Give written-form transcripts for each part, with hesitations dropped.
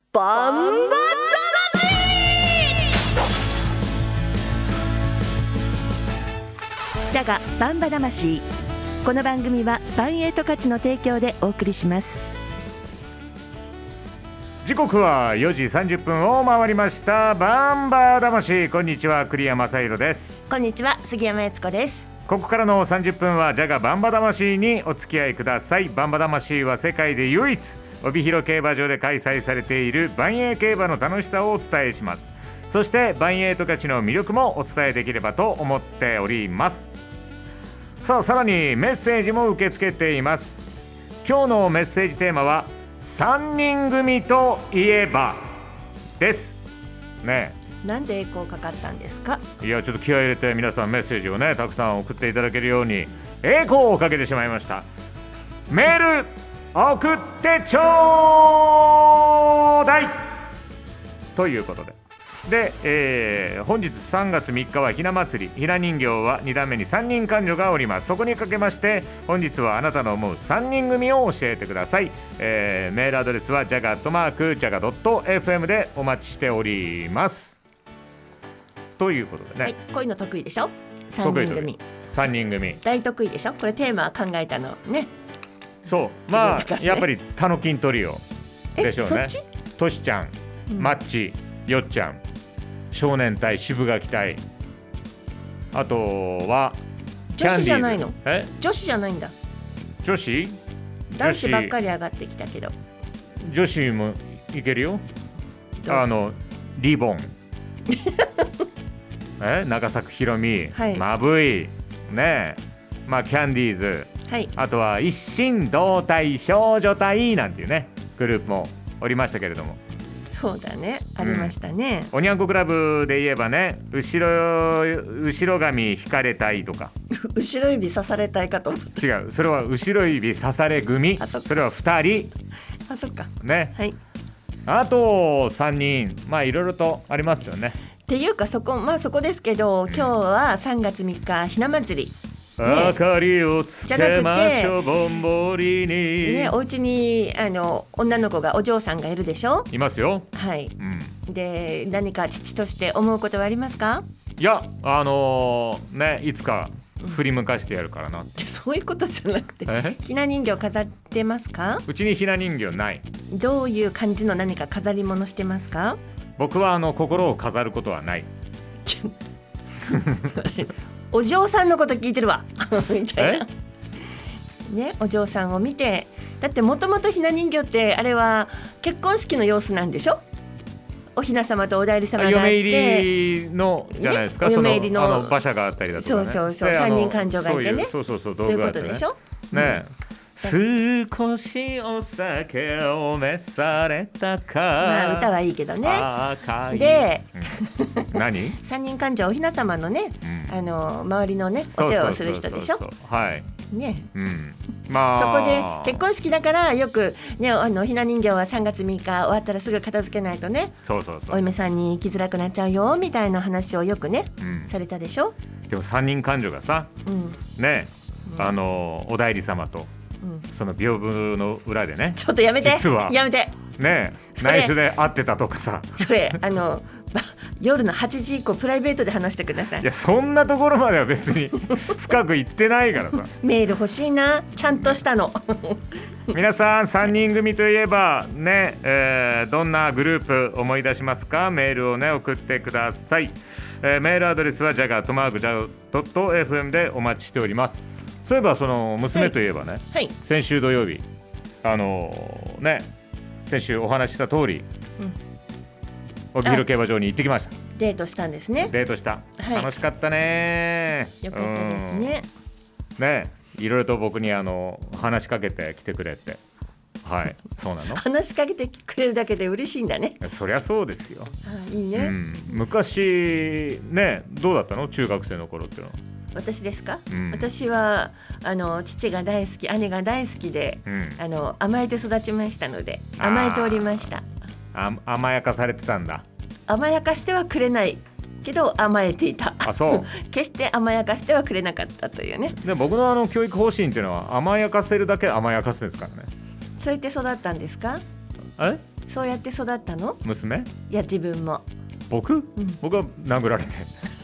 バンバジャガバンバ魂。この番組はバンエイト価値の提供でお送りします。 時刻は4時30分を回りました。バンバ魂、こんにちは、栗山正宏です。 こんにちは、杉山悦子です。 ここからの30分はジャガバンバ魂にお付き合いください。バンバ魂は世界で唯一帯広競馬場で開催されている万栄競馬の楽しさをお伝えします。そして万栄十勝の魅力もお伝えできればと思っております。さあ、さらにメッセージも受け付けています。今日のメッセージテーマは3人組といえばですね。 なんでエコーかかったんですか？ いや、ちょっと気合い入れて皆さんメッセージをねたくさん送っていただけるようにエコーをかけてしまいました。メール送ってちょうだいということで、本日3月3日はひな祭り。ひな人形は2段目に3人男女がおります。そこにかけまして本日はあなたの思う3人組を教えてください。メールアドレスは jaga@jaga.fm でお待ちしておりますということでね、 はい、こういうの得意でしょ。3人組 3人組大得意でしょ。これテーマ考えたのね。 そう、まあ、やっぱりタノキントリオでしょうね。 そっち？ トシちゃん、マッチ、よっちゃん、少年隊、渋垣隊、あとはキャンディーズ。 女子じゃないの？女子じゃないんだ。 女子？ 男子ばっかり上がってきたけど。 女子もいけるよ。リボン長作ひろみ、まぶいね、まあキャンディーズ、はい、あとは一心同体少女隊なんていうねグループもおりましたけれども。 そうだね、ありましたね。 おにゃんこクラブで言えばね、後ろ髪引かれたいとか後ろ指刺されたいかと思った。 違う、それは後ろ指刺され組。それは2人。 あ、そっかね、 はい。 あと3人、まあいろいろとありますよね。 っていうかそこですけど、今日は3月3日ひな祭り、 明かりをつけましょう、ぼんぼりに、 ね、お家に女の子がお嬢さんがいるでしょ。 いますよ。 はい、で何か父として思うことはありますか？ いや、ね、いつか振り向かしてやるからなって。 そういうことじゃなくて、ひな人形飾ってますか？ うちにひな人形ない。 どういう感じの何か飾り物してますか？ 僕は心を飾ることはないお嬢さんのこと聞いてるわみたいなね、お嬢さんを見て。だってもともとひな人形ってあれは結婚式の様子なんでしょ。おひな様とお内裏様があって嫁入りのじゃないですか、 ね、お嫁入りの馬車があったりだとかね。 そう3人感情がいてね、 そういうことでしょね。少しお酒を召されたか、 まあ歌はいいけどね。で、 何 3人感情、おひな様のね、周りのねお世話をする人でしょ。 はいね、 まあ、 そこで結婚式だからよくね、ひな人形は3月3日終わったらすぐ片付けないとね、お嫁さんに行きづらくなっちゃうよみたいな話をよくね、されたでしょ。 でも3人感情がさ、ね、お内裏様とその屏風の裏でね、 ちょっとやめて、 実はやめてね、内緒で会ってたとかさ。 それ夜の8時以降プライベートで話してください。 いや、そんなところまでは別に深く言ってないからさメール欲しいな、ちゃんとしたの皆さん3人組といえばね、どんなグループ思い出しますか？メールをね送ってください。メールアドレスは jaga@jaga.fm でお待ちしております。そういえばその娘といえばね、 はい、 先週土曜日ね、先週お話しした通り、帯広競馬場に行ってきました。 デートしたんですね。 デートした、楽しかったね。 よかったですね。 ね、いろいろと僕に話しかけてきてくれて、はい、そうなの。 話しかけてくれるだけで嬉しいんだね。 そりゃそうですよ。 いいね、 昔ね、どうだったの？中学生の頃っていうのは。 私ですか？私は父が大好き、姉が大好きで、甘えて育ちましたので、甘えておりました。 甘やかされてたんだ。 甘やかしてはくれないけど甘えていた。 あ、そう決して甘やかしてはくれなかったというね。 で僕の教育方針っていうのは甘やかせるだけ甘やかすんですからね。 そうやって育ったんですか？ そうやって育ったの？ 娘？ いや自分も。 僕は殴られて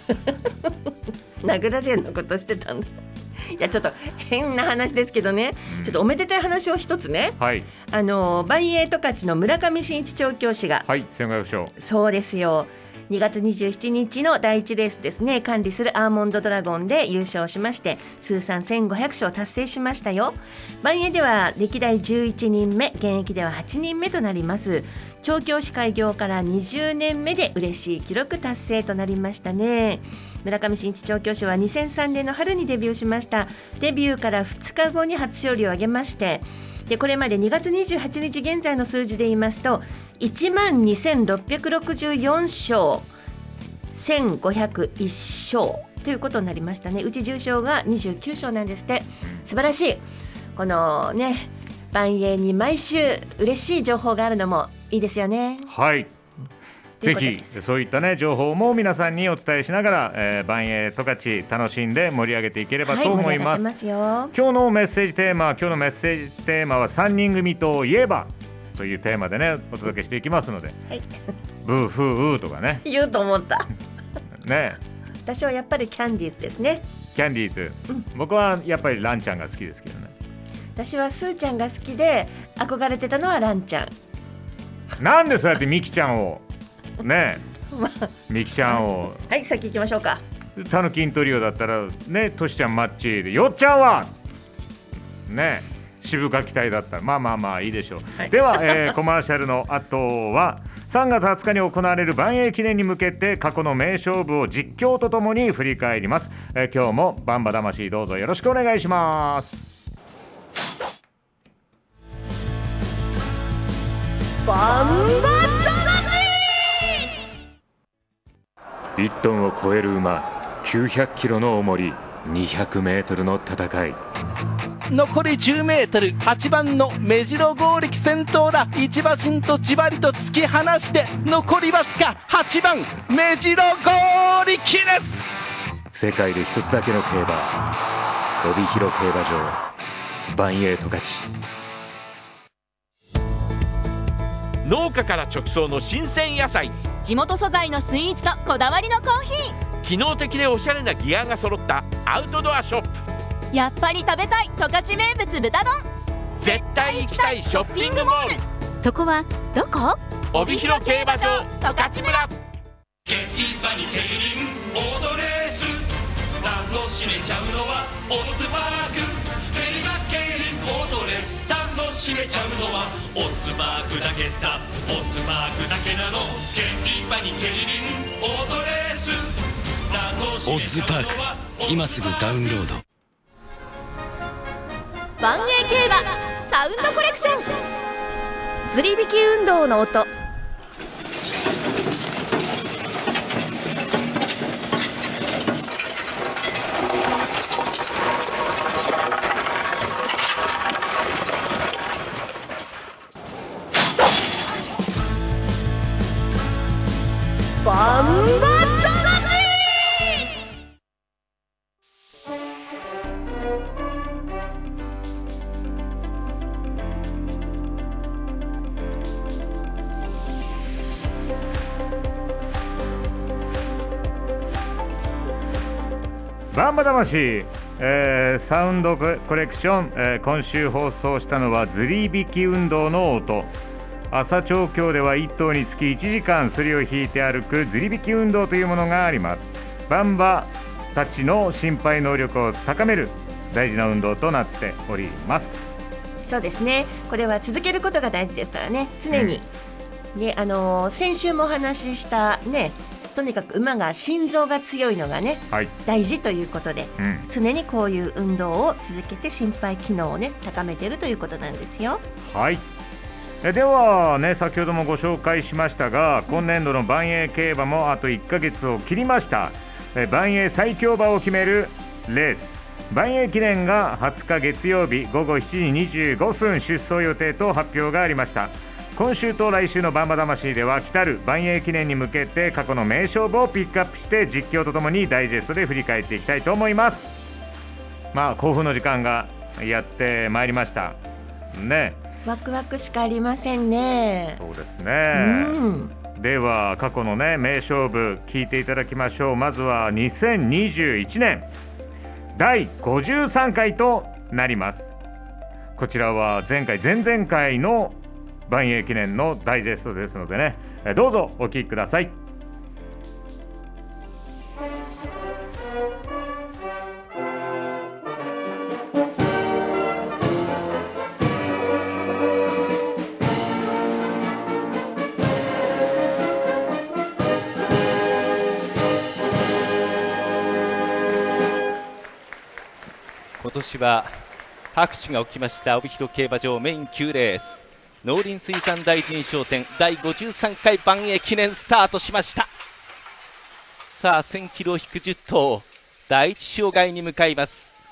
殴られるのことしてたんだ。いやちょっと変な話ですけどね、ちょっとおめでたい話を一つね、 はい、 万栄十勝の村上真一調教師が、 はい、1500勝。 そうですよ、2月27日の第1レースですね、管理するアーモンドドラゴンで優勝しまして、通算1500勝達成しましたよ。万栄では歴代11人目、現役では8人目となります。調教師開業から20年目で嬉しい記録達成となりましたね。村上真一調教師は2003年の春にデビューしました。デビューから2日後に初勝利を挙げまして、でこれまで2月28日現在の数字で言いますと 12,664 勝1,501勝ということになりましたね。うち重賞が29勝なんですって。素晴らしい。このね万栄に毎週嬉しい情報があるのもいいですよね。 はい、ぜひそういったね情報も皆さんにお伝えしながら、万栄十勝楽しんで盛り上げていければと思います。今日のメッセージテーマは3人組といえばというテーマでねお届けしていきますので、はい、ブーフーとかね言うと思ったね。 私はやっぱりキャンディーズですね。 キャンディーズ、僕はやっぱりランちゃんが好きですけどね。 私はスーちゃんが好きで憧れてたのはランちゃん。 なんでそうやってミキちゃんをねミキちゃんをはい、先行きましょうか。 タヌキントリオだったらね、トシちゃんマッチでよっちゃんはね渋垣隊だったらまあいいでしょう、はい、では、コマーシャルの後は3月20日に行われる万栄記念に向けて過去の名勝負を実況とともに振り返ります。今日もバンバ魂どうぞよろしくお願いします。 バンバ魂1トンを超える馬、900キロの重り、200メートルの戦い。 残り10メートル、8番の目白剛力先頭だ。一馬身とじわりと突き放して残りわずか。8番目白剛力です。 世界で一つだけの競馬、帯広競馬場万栄十勝。 農家から直送の新鮮野菜、 地元素材のスイーツとこだわりのコーヒー、 機能的でおしゃれなギアが揃ったアウトドアショップ。 やっぱり食べたい十勝名物豚丼。 絶対行きたいショッピングモール。 そこはどこ？ 帯広競馬場十勝村。 競馬に競輪オートレース楽しめちゃうのはオッズパーク。競馬競輪オートレース楽しめちゃうのはオッズパークだけさ。オッズパークだけなの。競馬に競輪オートレース楽しめちゃうのは今すぐダウンロード。 万栄競馬サウンドコレクション。 釣り引き運動の音。バンババンバ魂、サウンドコレクション、今週放送したのはずり引き運動の音。朝調教では1頭につき1時間すりを引いて歩くずり引き運動というものがあります。バンバたちの心肺能力を高める大事な運動となっております。 そうですね、これは続けることが大事ですからね、常に、で先週もお話ししたね、とにかく馬が心臓が強いのがね、はい、大事ということで、常にこういう運動を続けて心肺機能をね高めているということなんですよ。 はい。ではね、先ほどもご紹介しましたが、今年度の万栄競馬もあと1ヶ月を切りました。万栄最強馬を決めるレース万栄記念が20日月曜日午後7時25分出走予定と発表がありました。今週と来週のバンバ魂では来たる万栄記念に向けて過去の名勝負をピックアップして実況とともにダイジェストで振り返っていきたいと思います。興奮の時間がやってまいりましたね。 ワクワクしかありませんね。 そうですうね、 ん、 では過去のね名勝負聞いていただきましょう。まずは2021年第53回となります。こちらは前回前々回の万栄記念のダイジェストですのでね、どうぞお聞きください。 今年は拍手が起きました帯広競馬場メイン9レース、農林水産大臣商店第53回万栄記念スタートしました。さあ1000キロを引く10頭、第一障害に向かいます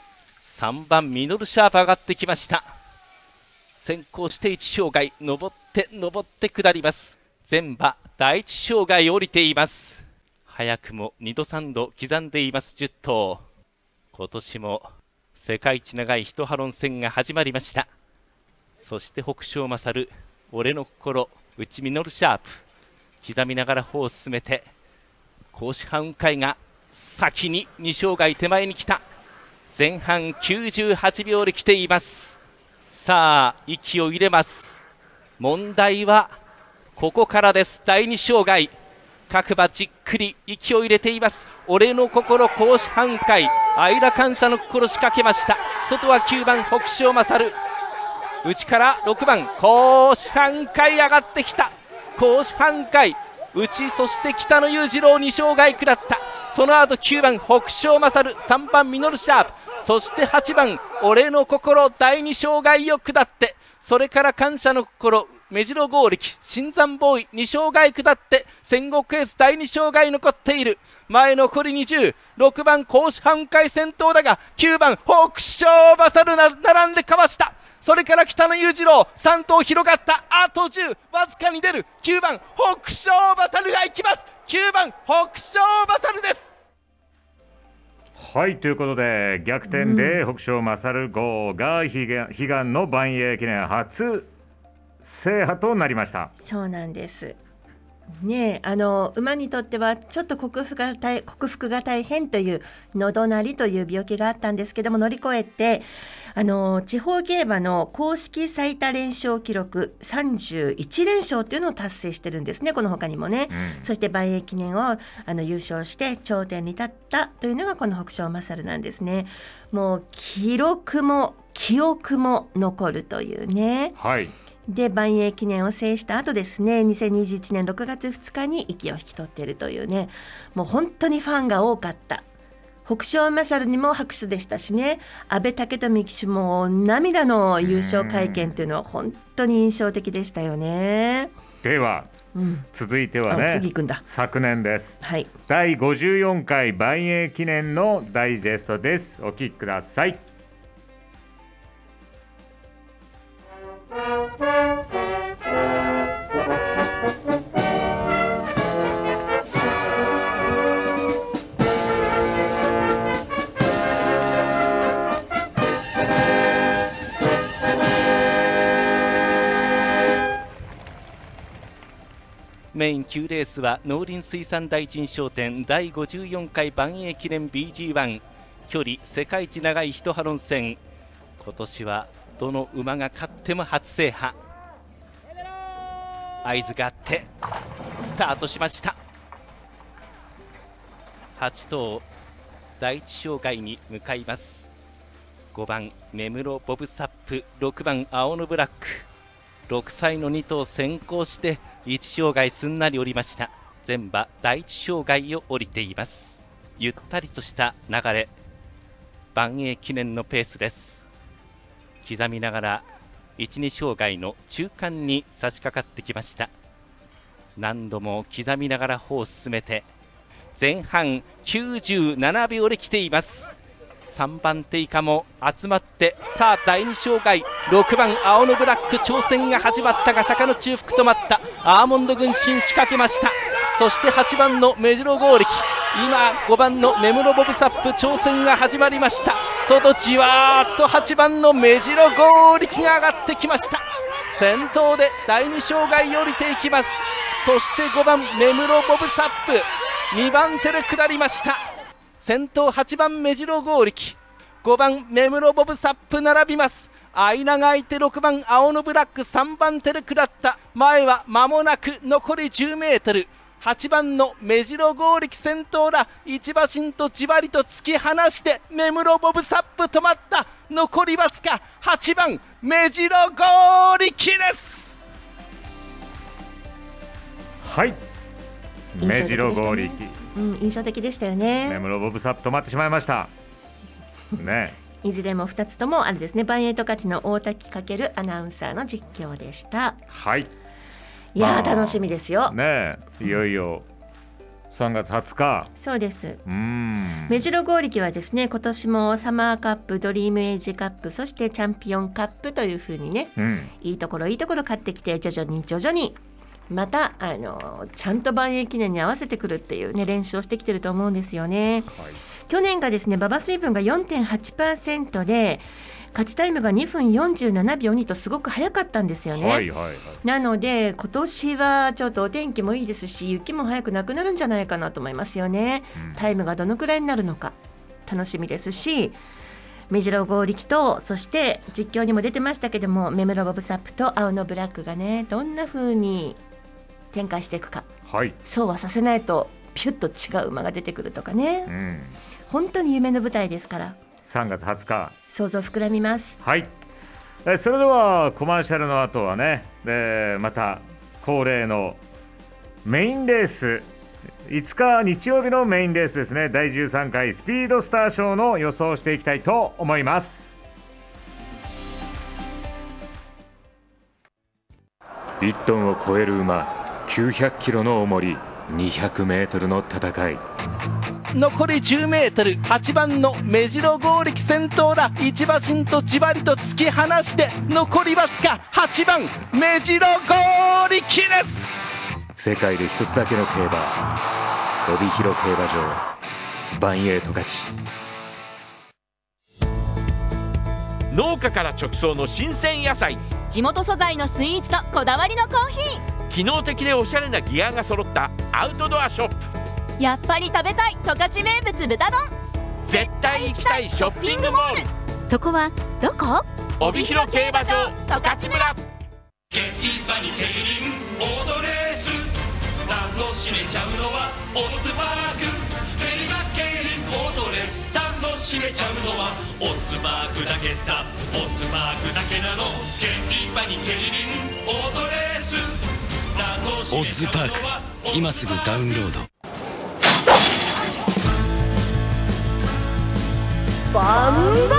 。3番ミノルシャープ上がってきました。先行して1障害、登って下ります。前馬第一障害降りています。早くも2度3度刻んでいます10頭。今年も世界一長い一ハロン戦が始まりました。そして北勝勝、俺の心、内ミノルシャープ、刻みながら歩を進めて、甲子半回が先に2障害手前に来た。前半98秒で来ています。さあ息を入れます。問題はここからです。第2障害、各馬じっくり息を入れています。俺の心甲子半回、愛ら感謝の心仕掛けました。外は9番北勝勝、内から6番甲子半回上がってきた。甲子半回内、そして北野裕次郎2障害下った。その後9番北勝勝、3番ミノルシャープ、そして8番俺の心第2障害を下って、それから感謝の心目白剛力、新山ボーイ2障害下って、戦国エース第2障害残っている。前残り20、6番甲子半回先頭だが9番北勝勝並んでかわした。それから北野裕次郎3頭広がった。あと10、わずかに出る。9番北勝勝が行きます。9番北勝勝です。 はい、ということで逆転で北勝勝号が悲願の万栄記念初制覇となりました。 そうなんですね。馬にとってはちょっと克服が大変という喉鳴りという病気があったんですけども、乗り越えて地方競馬の公式最多連勝記録31連勝というのを達成してるんですね。この他にもね、そして万栄記念を優勝して頂点に立ったというのがこの北勝勝なんですね。もう記録も記憶も残るというね。 はい。 で万栄記念を制した後ですね、2021年6月2日に息を引き取っているというね、もう本当にファンが多かった。北勝勝にも拍手でしたしね、阿部武富騎手も涙の優勝会見というのは本当に印象的でしたよね。 では、続いてはね、 次行くんだ。 昨年です、 はい、 第54回万栄記念のダイジェストです。お聞きください。 メイン9レースは農林水産大臣商店第54回万栄記念 BG1、 距離世界一長い一ハロン戦。今年はどの馬が勝っても初制覇。合図があってスタートしました。8頭第一障害に向かいます。5番根室ボブサップ、6番青のブラック、6歳の2頭先行して1障害すんなり降りました。前馬第1障害を降りています。ゆったりとした流れ、万栄記念のペースです。刻みながら 1,2 障害の中間に差し掛かってきました。何度も刻みながら歩を進めて前半97秒で来ています。3番手以下も集まって、さあ第2障害6番青のブラック挑戦が始まったが坂の中腹止まった。アーモンド軍神仕掛けました。そして8番の目白剛力、今5番の根室ボブサップ挑戦が始まりました。外じわーっと8番の目白剛力が上がってきました。 先頭で第2障害降りていきます。そして5番目室ボブサップ2番手で下りました。先頭8番目白剛力、5番目室ボブサップ並びます。間が空いて6番青のブラック3番手で下った。前は間もなく残り10メートル。8番の目白剛力先頭だ。一馬身とじわりと突き放して目室ボブサップ止まった。残りわずか。8番目白剛力です。 はい、目白剛力、 印象的でしたよね。 目室ボブサップ止まってしまいましたね。 いずれも2つともあれですね、バンエイト勝ちの大滝翔アナウンサーの実況でした。 はい、 いやー、楽しみですよね。いよいよ3月20日。 そうです。目白剛力はですね、今年もサマーカップ、ドリームエイジカップ、そしてチャンピオンカップという風にね、いいところ勝ってきて、徐々にまたちゃんと万栄記念に合わせてくるっていうね、練習をしてきてると思うんですよね。去年がですね、馬場水分が 4.8% で勝ちタイムが2分47秒2とすごく早かったんですよね。なので今年はちょっとお天気もいいですし、雪も早くなくなるんじゃないかなと思いますよね。タイムがどのくらいになるのか楽しみですし、目白剛力と、そして実況にも出てましたけども、目室ボブサップと青のブラックがね、どんな風に展開していくか、そうはさせないとピュッと違う馬が出てくるとかね、本当に夢の舞台ですから、 3月20日想像膨らみます。 はい、それではコマーシャルの後はね、また恒例のメインレース、5日日曜日のメインレースですね、第13回スピードスター賞の予想をしていきたいと思います。1トンを超える馬、900キロの重り、200メートルの戦い。 残り10メートル。8番の目白剛力先頭だ。一馬身とじわりと突き放して残りわずか。8番目白剛力です。 世界で一つだけの競馬、帯広競馬場、バンエイト勝ち。 農家から直送の新鮮野菜、 地元素材のスイーツとこだわりのコーヒー、 機能的でおしゃれなギアが揃ったアウトドアショップ。 やっぱり食べたい十勝名物豚丼。 絶対行きたいショッピングモール、 そこはどこ？ 帯広競馬場十勝村。 競馬に競輪オートレース、楽しめちゃうのはオッズパーク。競馬競輪オートレース、楽しめちゃうのはオッズパークだけさ。オッズパークだけなの。競馬に競輪オートレース、 オッズパーク、今すぐダウンロード。 バンバ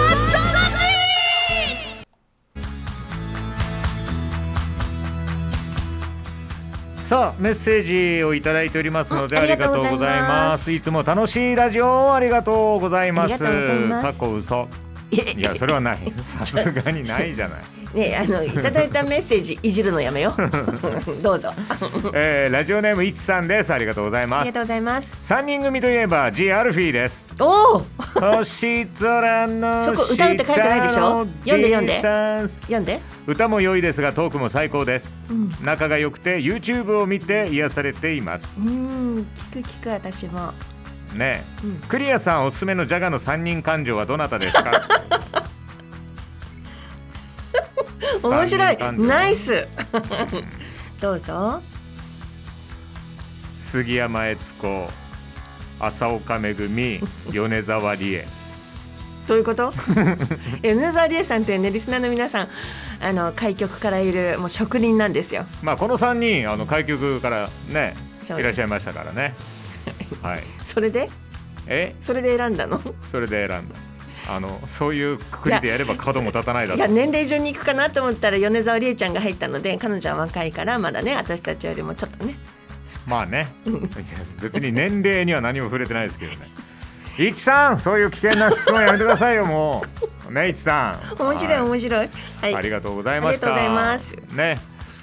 さあ、メッセージをいただいておりますので、ありがとうございます。いつも楽しいラジオをありがとうございます。過去嘘。いや、それはない。さすがにないじゃない。 ね、いただいたメッセージいじるのやめよどうぞラジオネームいちさんです。ありがとうございます。 ありがとうございます。 3人組といえば G アルフィーです。 おお星空のそこ歌うって書いてないでしょ。読んで歌も良いですがトークも最高です、仲が良くて YouTube を見て癒されています。 聞く私もね、クリアさんおすすめのジャガの3人感情はどなたですか面白い、ナイスどうぞ。 杉山悦子、浅岡めぐみ、米沢理恵。 どういうこと米沢理恵さんってね、リスナーの皆さん開局からいるもう職人なんですよ。 まあこの3人開局からねいらっしゃいましたからねはい。 それで選んだの？ それで選んだ。そういうくくりでやれば角も立たないだろう。 いや、年齢順に行くかなと思ったら米沢理恵ちゃんが入ったので、彼女は若いからまだね、私たちよりもちょっとね。まあね別に年齢には何も触れてないですけどね。いちさん、そういう危険な質問やめてくださいよもうね。いちさん、 面白い、はい、 ありがとうございました。 ありがとうございますね。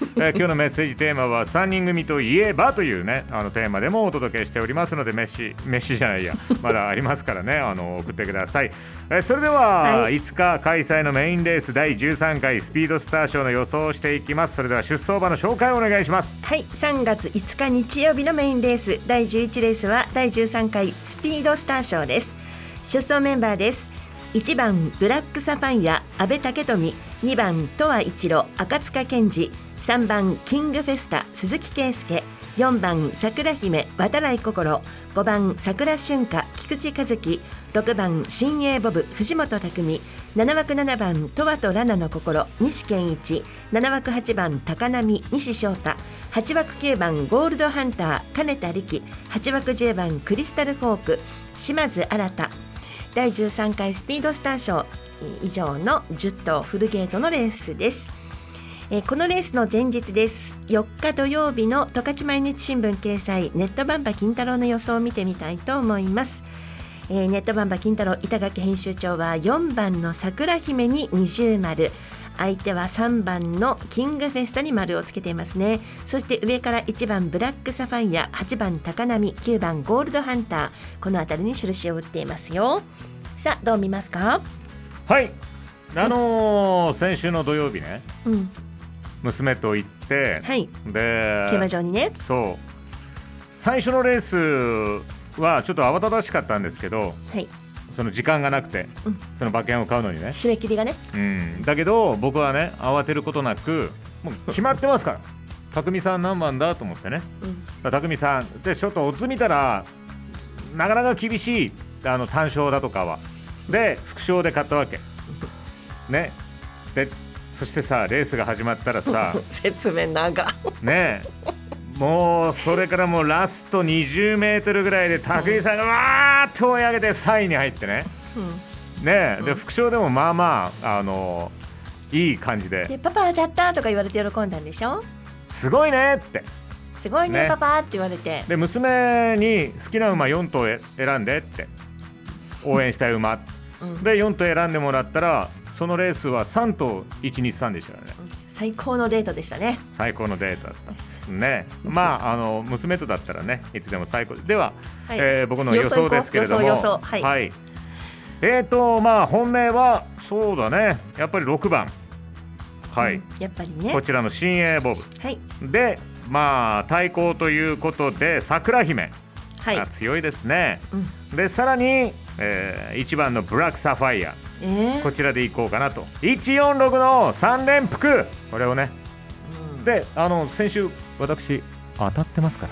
今日のメッセージテーマは3人組といえばというねテーマでもお届けしておりますので、メッシじゃないやまだありますからね送ってください。それでは、5日開催のメインレース第13回スピードスター賞の予想をしていきます。それでは出走馬の紹介をお願いします。 はい、3月5日日曜日のメインレース第11レースは第13回スピードスター賞です。出走メンバーです。1番ブラックサファイア阿部武富、2番トワ一郎赤塚健二、3番キングフェスタ鈴木圭介、4番桜姫渡来心、5番桜春夏菊池和樹、6番新鋭ボブ藤本匠、7枠7番トワとラナの心西健一、7枠8番高波西翔太、8枠9番ゴールドハンター金田力、8枠10番クリスタルフォーク島津新、第13回スピードスター賞以上の10頭フルゲートのレースです。このレースの前日です。4日土曜日の十勝毎日新聞掲載ネットバンバ金太郎の予想を見てみたいと思います。ネットバンバ金太郎板垣編集長は4番の桜姫に20丸、相手は3番のキングフェスタに丸をつけていますね。そして上から1番ブラックサファイア、8番高波、9番ゴールドハンター、このあたりに印を打っていますよ。さあどう見ますか。 はい、先週の土曜日ね、娘と行って、 はい、 で競馬場にね、 そう最初のレースはちょっと慌ただしかったんですけど、 はい、 その時間がなくて、その馬券を買うのにね、 締め切りがね、 だけど僕はね慌てることなくもう決まってますから匠さん何番だと思ってね、匠さんでちょっとオッズ見たらなかなか厳しい単勝だとかはで副賞で買ったわけね。でそしてさレースが始まったらさ説明長ねもうそれからもうラスト20メートルぐらいで匠さんがわーっと追い上げて3位に入ってね、で副賞でもまあまあいい感じでパパ当たったとか言われて喜んだんでしょ。 すごいねってすごい ねパパって言われて、 で娘に好きな馬4頭選んでって応援したい馬、で4頭選んでもらったらそのレースは3頭123でしたよね。 最高のデートでしたね。 最高のデートだったね。まあ娘とだったらねいつでも最高では、僕の予想ですけれども、 予想はい、 はい、まあ本命はそうだねやっぱり6番、はい、 やっぱりねこちらの新鋭ボブ、 はい、 でまあ対抗ということで桜姫が強いですね、でさらに、1番のブラックサファイア、こちらでいこうかなと。146の3連複これをね、で先週私当たってますから。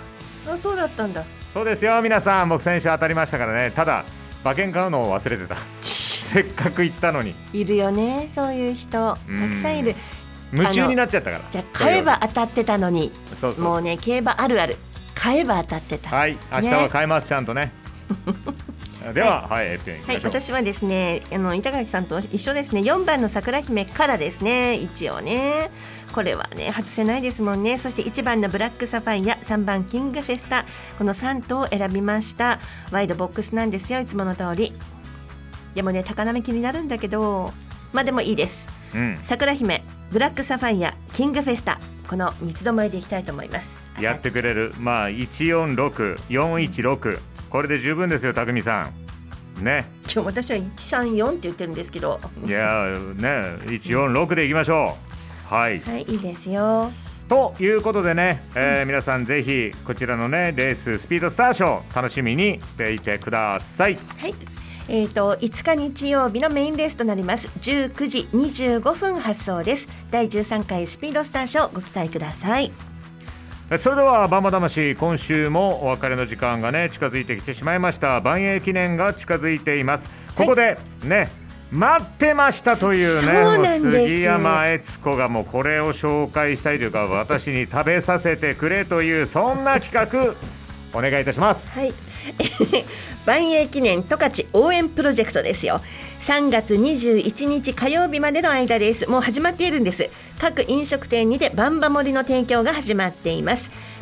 あ、そうだったんだ。 そうですよ皆さん、僕先週当たりましたからね。ただ馬券買うのを忘れてたせっかく行ったのに。 いるよねそういう人、たくさんいる。 夢中になっちゃったから。 じゃあ買えば当たってたのに。 そうそう、 もうね競馬あるある、買えば当たってた。 はい、明日は買えます、ちゃんとねでは、はい、はい、 私はですね板垣さんと一緒ですね。4番の桜姫からですね。一応ねこれはね外せないですもんね。そして1番のブラックサファイア、3番キングフェスタ、この3頭を選びました。ワイドボックスなんですよ、いつもの通り。でもね高波気になるんだけど、まあでもいいです、桜姫、ブラックサファイア、キングフェスタ、この三つどもえでいきたいと思います。 やってくれる。まあ146、416、これで十分ですよ匠さんね。 今日私は134って言ってるんですけど、 いやね146でいきましょう。はい、 はい、いいですよ。 ということでね、皆さんぜひこちらのねレーススピードスターショー楽しみにしていてください。 はい、5日日曜日のメインレースとなります19時25分発送です。第13回スピードスターショーご期待ください。 それではバンバ魂、今週もお別れの時間がね近づいてきてしまいました。万栄記念が近づいています。ここでね、待ってましたというね、 そうなんです。 もう杉山悦子がもうこれを紹介したいというか私に食べさせてくれというそんな企画お願いいたします。 はい万栄記念十勝応援プロジェクトですよ。3月21日火曜日までの間です。もう始まっているんです。各飲食店にてバンバ盛りの提供が始まっています。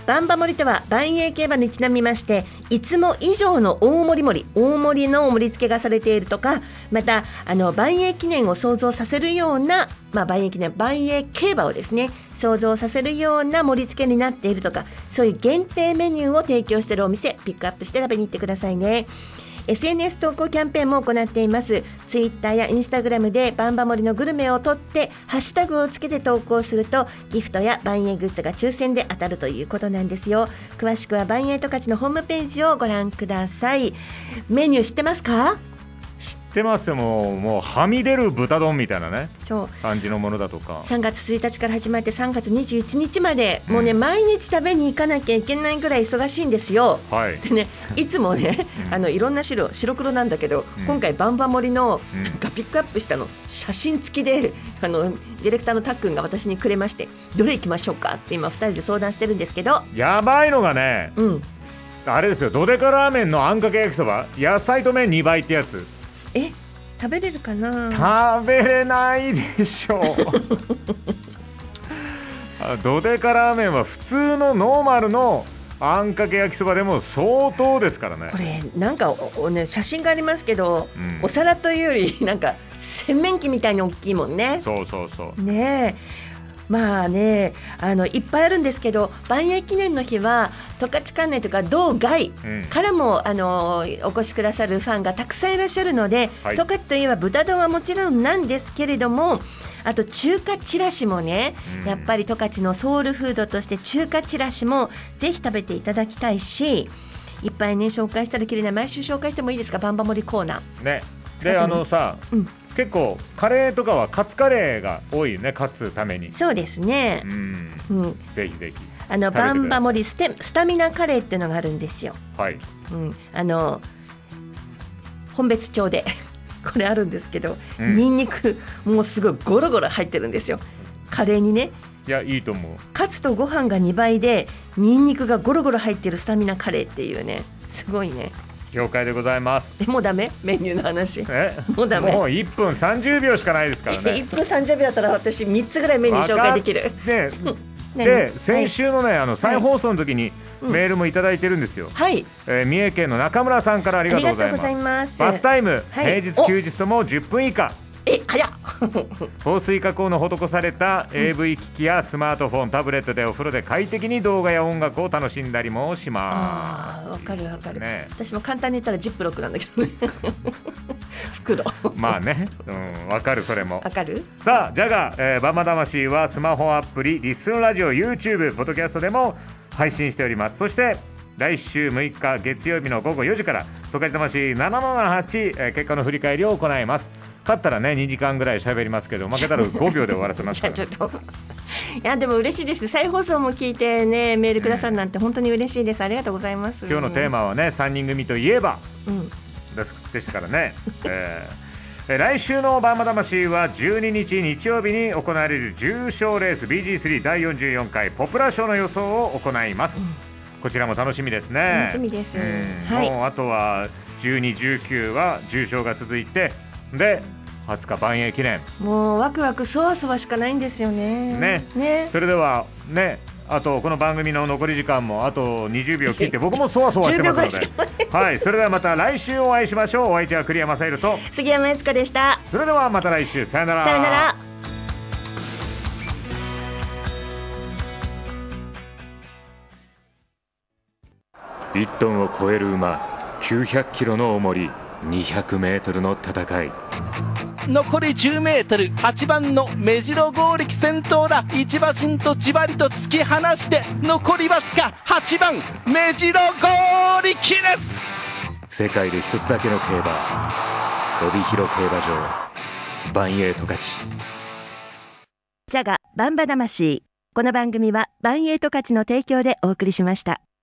バンバ盛りとは万栄競馬にちなみまして、いつも以上の大盛りの盛り付けがされているとか、また万栄記念を想像させるような、万栄競馬をですね想像させるような盛り付けになっているとか、そういう限定メニューを提供しているお店ピックアップして食べに行ってくださいね。SNS 投稿キャンペーンも行っています。ツイッターやインスタグラムでバンバ盛りのグルメを撮ってハッシュタグをつけて投稿すると、ギフトや万栄グッズが抽選で当たるということなんですよ。詳しくは万栄十勝のホームページをご覧ください。メニュー知ってますか？ 知ってますよ。もうはみ出る豚丼みたいなねそう感じのものだとか、 3月1日から始まって3月21日まで、もうね毎日食べに行かなきゃいけないぐらい忙しいんですよ。 はいでね、いつもね、いろんな白黒なんだけど、今回バンバ盛りのがピックアップしたの写真付きでディレクターのたっくんが私にくれまして、どれ行きましょうかって今2人で相談してるんですけど、 やばいのがね、あれですよ、ドデカラーメンのあんかけ焼きそば、野菜と麺2倍ってやつ。 食べれるかな？ 食べれないでしょうドデカラーメンは普通のノーマルのあんかけ焼きそばでも相当ですからね。 これなんかね、写真がありますけど、お皿というよりなんか洗面器みたいに大きいもんね。 そうねえ、まあね、いっぱいあるんですけど、万栄記念の日は十勝管内とか道外からも、お越しくださるファンがたくさんいらっしゃるので、 はい、 十勝といえば豚丼はもちろんなんですけれども、あと中華ちらしもね、やっぱり十勝のソウルフードとして中華ちらしもぜひ食べていただきたいし、いっぱいね紹介したらきりない。毎週紹介してもいいですか？バンバ盛りコーナーね。で結構カレーとかはカツカレーが多いよね、勝つために。 そうですね、 ぜひぜひバンバ盛りスタミナカレーっていうのがあるんですよ。 はい、 本別町でこれあるんですけど、ニンニクもうすごいゴロゴロ入ってるんですよ、カレーにね。 いや、いいと思う。 カツとご飯が2倍でニンニクがゴロゴロ入ってるスタミナカレーっていうね、すごいね。 了解でございます。 もうダメ？メニューの話もうダメ。 もう1分30秒しかないですからね 1分30秒だったら私3つぐらいメニュー紹介できる。 で先週のね、再放送の時にメールもいただいてるんですよ。 はい、 三重県の中村さんからありがとうございます。バスタイム、平日休日とも10分以下。 早っ防水加工の施された AV 機器やスマートフォン、タブレットでお風呂で快適に動画や音楽を楽しんだりもします。 わかる、 ね、 私も簡単に言ったらジップロックなんだけどね袋まあね、わかる、それもわかる。 さあ、ジャガバンバ魂はスマホアプリ、リッスンラジオ、 YouTube、ポッドキャストでも配信しております。そして来週6日月曜日の午後4時から十勝魂778、結果の振り返りを行います。勝ったらね2時間ぐらい喋りますけど、負けたら5秒で終わらせますからちょっといやでも嬉しいですね。再放送も聞いてねメールくださるなんて本当に嬉しいです。ありがとうございます。 今日のテーマはね、3人組といえば、ですからね、来週のバンバ魂は12日日曜日に行われる重賞レース BG3 第44回ポプラ賞の予想を行います。こちらも楽しみですね。 楽しみです、 もうあとは12、19は重賞が続いて、で20日万栄記念、 もうワクワクそわそわしかないんですよね。 それではね、あとこの番組の残り時間もあと20秒切って僕もそわそわしてますのではい、それではまた来週お会いしましょう。お相手は栗山正宏と杉山悦子でした。 それではまた来週、さよなら。 さよなら。 1トンを超える馬、900キロの重り、200メートルの戦い。 残り10メートル、8番の目白剛力先頭だ。一馬身とじわりと突き放して残りわずか、8番目白剛力です。 世界で一つだけの競馬、帯広競馬場、万栄十勝。 ジャガバンバ魂。この番組は万栄十勝の提供でお送りしました。